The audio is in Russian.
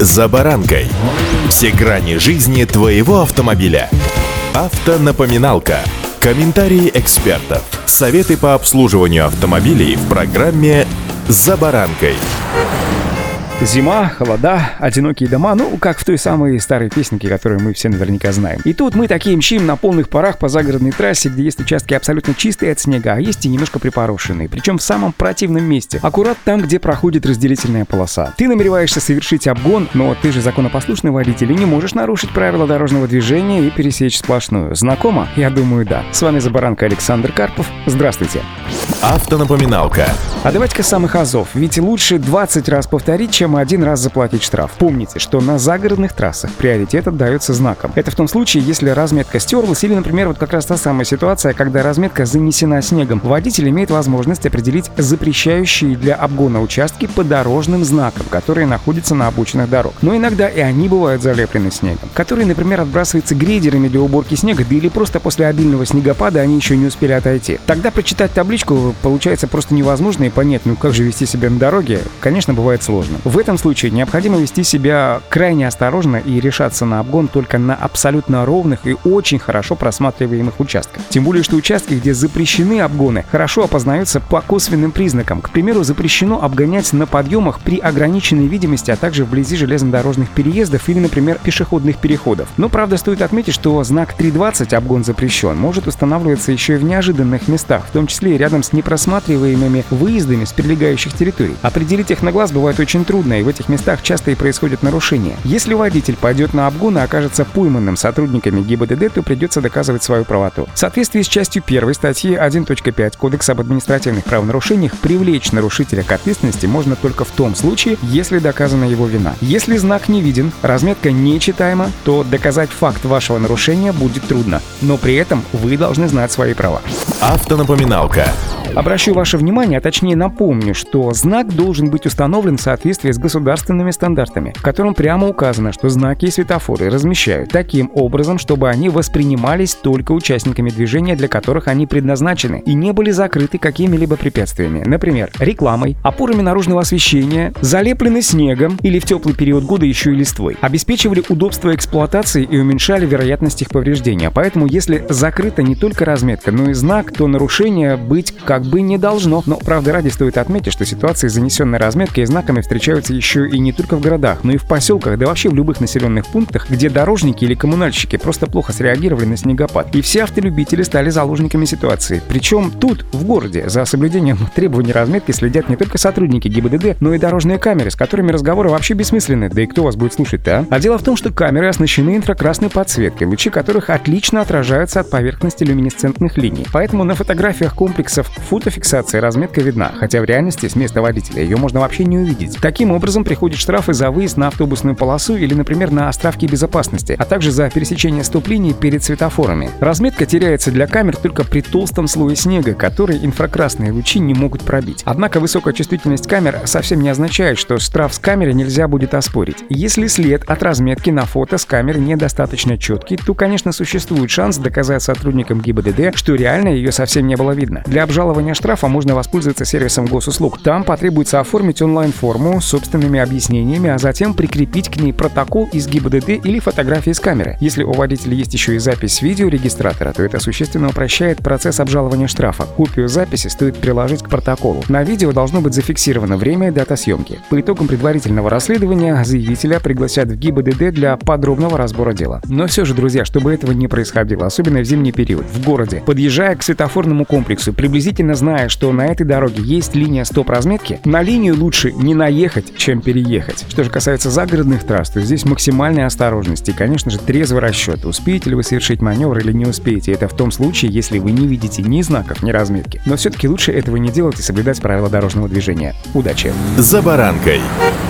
«За баранкой». Все грани жизни твоего автомобиля. Автонапоминалка. Комментарии экспертов. Советы по обслуживанию автомобилей в программе «За баранкой». Зима, холода, одинокие дома, ну, как в той самой старой песенке, которую мы все наверняка знаем. И тут мы такие мчим на полных парах по загородной трассе, где есть участки абсолютно чистые от снега, а есть и немножко припорошенные. Причем в самом противном месте, аккурат там, где проходит разделительная полоса. Ты намереваешься совершить обгон, но ты же законопослушный водитель и не можешь нарушить правила дорожного движения и пересечь сплошную. Знакомо? Я думаю, да. С вами «За баранкой» Александр Карпов. Здравствуйте. Автонапоминалка. А давайте-ка с самых азов. Ведь лучше 20 раз повторить, чем один раз заплатить штраф. Помните, что на загородных трассах приоритет отдается знаком. Это в том случае, если разметка стерлась или, например, вот как раз та самая ситуация, когда разметка занесена снегом. Водитель имеет возможность определить запрещающие для обгона участки по дорожным знакам, которые находятся на обочинах дорог. Но иногда и они бывают залеплены снегом, которые, например, отбрасываются грейдерами для уборки снега, да или просто после обильного снегопада они еще не успели отойти. Тогда прочитать табличку получается просто невозможно и понять, ну как же вести себя на дороге, конечно, бывает сложно. В этом случае необходимо вести себя крайне осторожно и решаться на обгон только на абсолютно ровных и очень хорошо просматриваемых участках. Тем более, что участки, где запрещены обгоны, хорошо опознаются по косвенным признакам. К примеру, запрещено обгонять на подъемах при ограниченной видимости, а также вблизи железнодорожных переездов или, например, пешеходных переходов. Но, правда, стоит отметить, что знак 3.20 «Обгон запрещен» может устанавливаться еще и в неожиданных местах, в том числе и рядом с непросматриваемыми выездами с прилегающих территорий. Определить их на глаз бывает очень трудно, и в этих местах часто и происходят нарушения. Если водитель пойдет на обгон и окажется пойманным сотрудниками ГИБДД, то придется доказывать свою правоту. В соответствии с частью 1 статьи 1.5 Кодекса об административных правонарушениях привлечь нарушителя к ответственности можно только в том случае, если доказана его вина. Если знак не виден, разметка нечитаема, то доказать факт вашего нарушения будет трудно. Но при этом вы должны знать свои права. Автонапоминалка. Обращу ваше внимание, а точнее напомню, что знак должен быть установлен в соответствии с государственными стандартами, в котором прямо указано, что знаки и светофоры размещают таким образом, чтобы они воспринимались только участниками движения, для которых они предназначены, и не были закрыты какими-либо препятствиями, например, рекламой, опорами наружного освещения, залеплены снегом или в теплый период года еще и листвой, обеспечивали удобство эксплуатации и уменьшали вероятность их повреждения. Поэтому, если закрыта не только разметка, но и знак, то нарушение быть как бы не должно. Но, правда ради, стоит отметить, что ситуации с занесенной разметкой и знаками встречаются еще и не только в городах, но и в поселках, да вообще в любых населенных пунктах, где дорожники или коммунальщики просто плохо среагировали на снегопад. И все автолюбители стали заложниками ситуации. Причем тут, в городе, за соблюдением требований разметки следят не только сотрудники ГИБДД, но и дорожные камеры, с которыми разговоры вообще бессмысленны. Да и кто вас будет слушать-то, а? А дело в том, что камеры оснащены инфракрасной подсветкой, лучи которых отлично отражаются от поверхности люминесцентных линий. Поэтому на фотографиях комплексов фотофиксации разметка видна, хотя в реальности с места водителя ее можно вообще не увидеть. Таким образом, приходят штрафы за выезд на автобусную полосу или, например, на островки безопасности, а также за пересечение стоп-линий перед светофорами. Разметка теряется для камер только при толстом слое снега, который инфракрасные лучи не могут пробить. Однако высокая чувствительность камер совсем не означает, что штраф с камеры нельзя будет оспорить. Если след от разметки на фото с камеры недостаточно четкий, то, конечно, существует шанс доказать сотрудникам ГИБДД, что реально ее совсем не было видно. Для обжалования штрафа можно воспользоваться сервисом госуслуг. Там потребуется оформить онлайн-форму с собственными объяснениями, а затем прикрепить к ней протокол из ГИБДД или фотографии с камеры. Если у водителя есть еще и запись видеорегистратора, то это существенно упрощает процесс обжалования штрафа. Копию записи стоит приложить к протоколу. На видео должно быть зафиксировано время и дата съемки. По итогам предварительного расследования заявителя пригласят в ГИБДД для подробного разбора дела. Но все же, друзья, чтобы этого не происходило, особенно в зимний период, в городе, подъезжая к светофорному комплексу, приблизительно зная, что на этой дороге есть линия стоп-разметки, на линию лучше не наехать, чем переехать. Что же касается загородных трасс, то здесь максимальная осторожность и, конечно же, трезвый расчет. Успеете ли вы совершить маневр или не успеете? Это в том случае, если вы не видите ни знаков, ни разметки. Но все-таки лучше этого не делать и соблюдать правила дорожного движения. Удачи! «За баранкой».